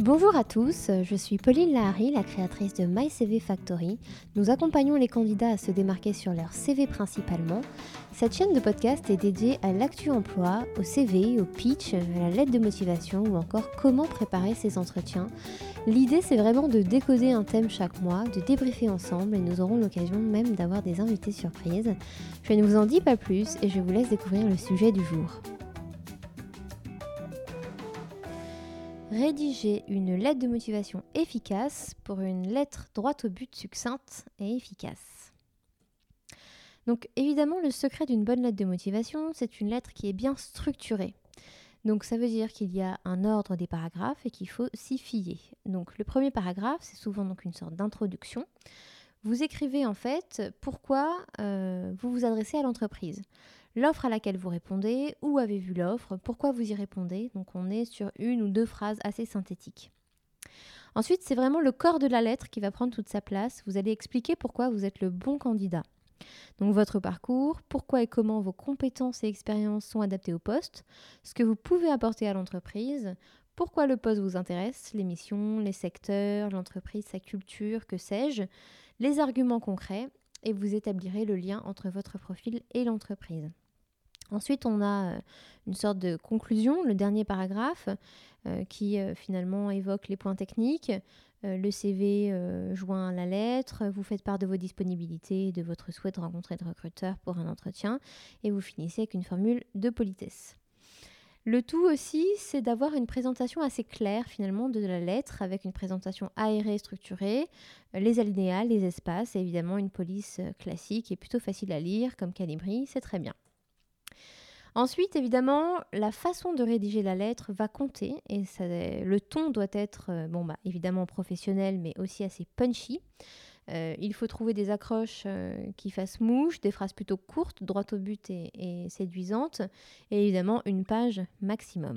Bonjour à tous, je suis Pauline Lahari, la créatrice de My CV Factory. Nous accompagnons les candidats à se démarquer sur leur CV principalement. Cette chaîne de podcast est dédiée à l'actu emploi, au CV, au pitch, à la lettre de motivation ou encore comment préparer ses entretiens. L'idée, c'est vraiment de décoder un thème chaque mois, de débriefer ensemble et nous aurons l'occasion même d'avoir des invités surprises. Je ne vous en dis pas plus et je vous laisse découvrir le sujet du jour. Rédiger une lettre de motivation efficace pour une lettre droite au but, succincte et efficace. Donc évidemment, le secret d'une bonne lettre de motivation, c'est une lettre qui est bien structurée. Donc ça veut dire qu'il y a un ordre des paragraphes et qu'il faut s'y fier. Donc le premier paragraphe, c'est souvent donc une sorte d'introduction. Vous écrivez en fait pourquoi vous vous adressez à l'entreprise. L'offre à laquelle vous répondez, où avez vu l'offre, pourquoi vous y répondez. Donc on est sur une ou deux phrases assez synthétiques. Ensuite, c'est vraiment le corps de la lettre qui va prendre toute sa place. Vous allez expliquer pourquoi vous êtes le bon candidat. Donc votre parcours, pourquoi et comment vos compétences et expériences sont adaptées au poste, ce que vous pouvez apporter à l'entreprise, pourquoi le poste vous intéresse, les missions, les secteurs, l'entreprise, sa culture, que sais-je, les arguments concrets, et vous établirez le lien entre votre profil et l'entreprise. Ensuite, on a une sorte de conclusion, le dernier paragraphe, qui finalement évoque les points techniques. Le CV joint à la lettre, vous faites part de vos disponibilités et de votre souhait de rencontrer le recruteur pour un entretien, et vous finissez avec une formule de politesse. Le tout aussi, c'est d'avoir une présentation assez claire finalement de la lettre, avec une présentation aérée, structurée, les alinéas, les espaces, et évidemment une police classique et plutôt facile à lire, comme Calibri, c'est très bien. Ensuite, évidemment, la façon de rédiger la lettre va compter et le ton doit être, évidemment professionnel, mais aussi assez punchy. Il faut trouver des accroches qui fassent mouche, des phrases plutôt courtes, droites au but et séduisantes, et évidemment une page maximum.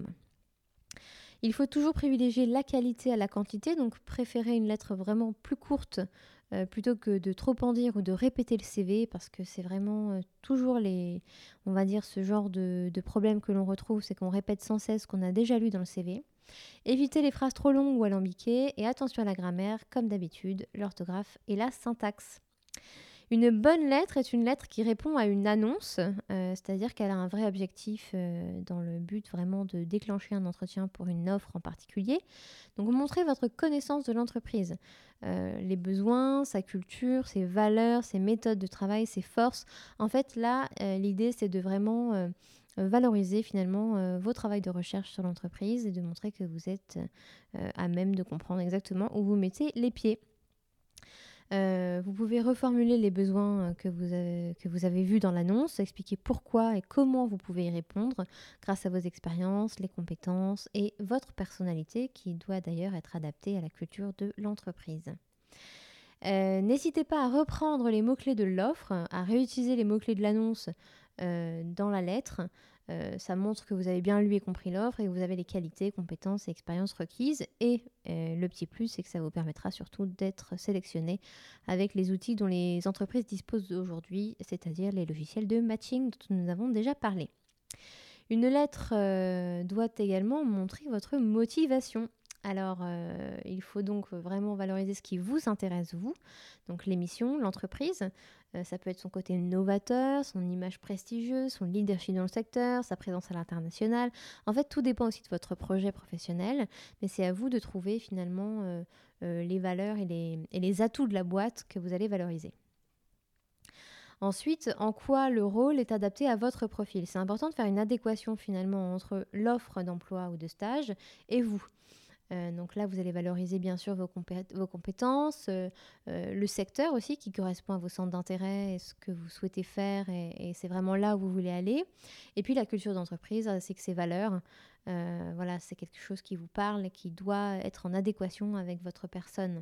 Il faut toujours privilégier la qualité à la quantité, donc préférer une lettre vraiment plus courte plutôt que de trop en dire ou de répéter le CV, parce que c'est vraiment toujours ce genre de problème que l'on retrouve, c'est qu'on répète sans cesse ce qu'on a déjà lu dans le CV. Évitez les phrases trop longues ou alambiquées et attention à la grammaire, comme d'habitude, l'orthographe et la syntaxe. Une bonne lettre est une lettre qui répond à une annonce, c'est-à-dire qu'elle a un vrai objectif dans le but vraiment de déclencher un entretien pour une offre en particulier. Donc montrez votre connaissance de l'entreprise, les besoins, sa culture, ses valeurs, ses méthodes de travail, ses forces. En fait là, l'idée c'est de vraiment valoriser finalement vos travaux de recherche sur l'entreprise et de montrer que vous êtes à même de comprendre exactement où vous mettez les pieds. Vous pouvez reformuler les besoins que vous avez vus dans l'annonce, expliquer pourquoi et comment vous pouvez y répondre grâce à vos expériences, les compétences et votre personnalité qui doit d'ailleurs être adaptée à la culture de l'entreprise. N'hésitez pas à reprendre les mots-clés de l'offre, à réutiliser les mots-clés de l'annonce dans la lettre. Ça montre que vous avez bien lu et compris l'offre et que vous avez les qualités, compétences et expériences requises. Et le petit plus, c'est que ça vous permettra surtout d'être sélectionné avec les outils dont les entreprises disposent aujourd'hui, c'est-à-dire les logiciels de matching dont nous avons déjà parlé. Une lettre doit également montrer votre motivation. Alors, il faut donc vraiment valoriser ce qui vous intéresse, vous, donc l'émission, l'entreprise. Ça peut être son côté novateur, son image prestigieuse, son leadership dans le secteur, sa présence à l'international. En fait, tout dépend aussi de votre projet professionnel, mais c'est à vous de trouver finalement les valeurs et les atouts de la boîte que vous allez valoriser. Ensuite, en quoi le rôle est adapté à votre profil. C'est important de faire une adéquation finalement entre l'offre d'emploi ou de stage et vous. Donc là, vous allez valoriser bien sûr vos compétences, le secteur aussi qui correspond à vos centres d'intérêt et ce que vous souhaitez faire et c'est vraiment là où vous voulez aller. Et puis la culture d'entreprise, c'est que ces valeurs, c'est quelque chose qui vous parle et qui doit être en adéquation avec votre personne.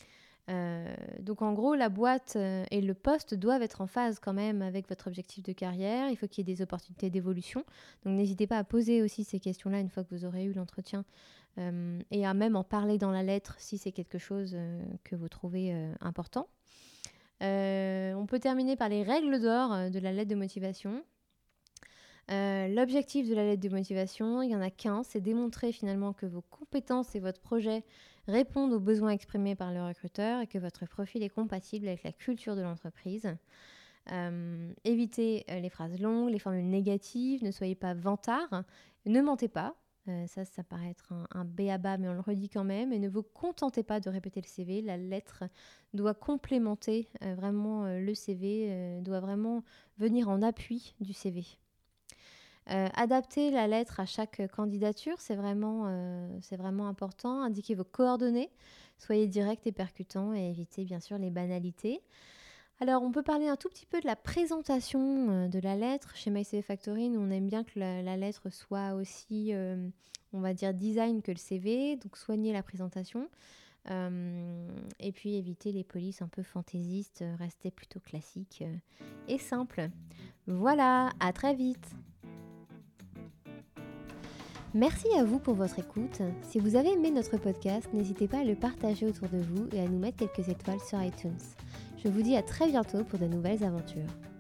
Donc en gros, la boîte et le poste doivent être en phase quand même avec votre objectif de carrière. Il faut qu'il y ait des opportunités d'évolution. Donc n'hésitez pas à poser aussi ces questions-là une fois que vous aurez eu l'entretien et à même en parler dans la lettre si c'est quelque chose que vous trouvez important. On peut terminer par les règles d'or de la lettre de motivation. L'objectif de la lettre de motivation, il n'y en a qu'un, c'est démontrer finalement que vos compétences et votre projet répondent aux besoins exprimés par le recruteur et que votre profil est compatible avec la culture de l'entreprise. Évitez les phrases longues, les formules négatives, ne soyez pas vantard, ne mentez pas. Ça paraît être un b.a.-ba, mais on le redit quand même. Et ne vous contentez pas de répéter le CV. La lettre doit complémenter vraiment le CV, doit vraiment venir en appui du CV. Adapter la lettre à chaque candidature, c'est vraiment important. Indiquez vos coordonnées, soyez direct et percutant et évitez bien sûr les banalités. Alors, on peut parler un tout petit peu de la présentation de la lettre. Chez MyCV Factory, nous, on aime bien que la lettre soit aussi, on va dire, design que le CV. Donc, soignez la présentation. Et puis, éviter les polices un peu fantaisistes. Restez plutôt classique et simple. Voilà, à très vite. Merci à vous pour votre écoute. Si vous avez aimé notre podcast, n'hésitez pas à le partager autour de vous et à nous mettre quelques étoiles sur iTunes. Je vous dis à très bientôt pour de nouvelles aventures.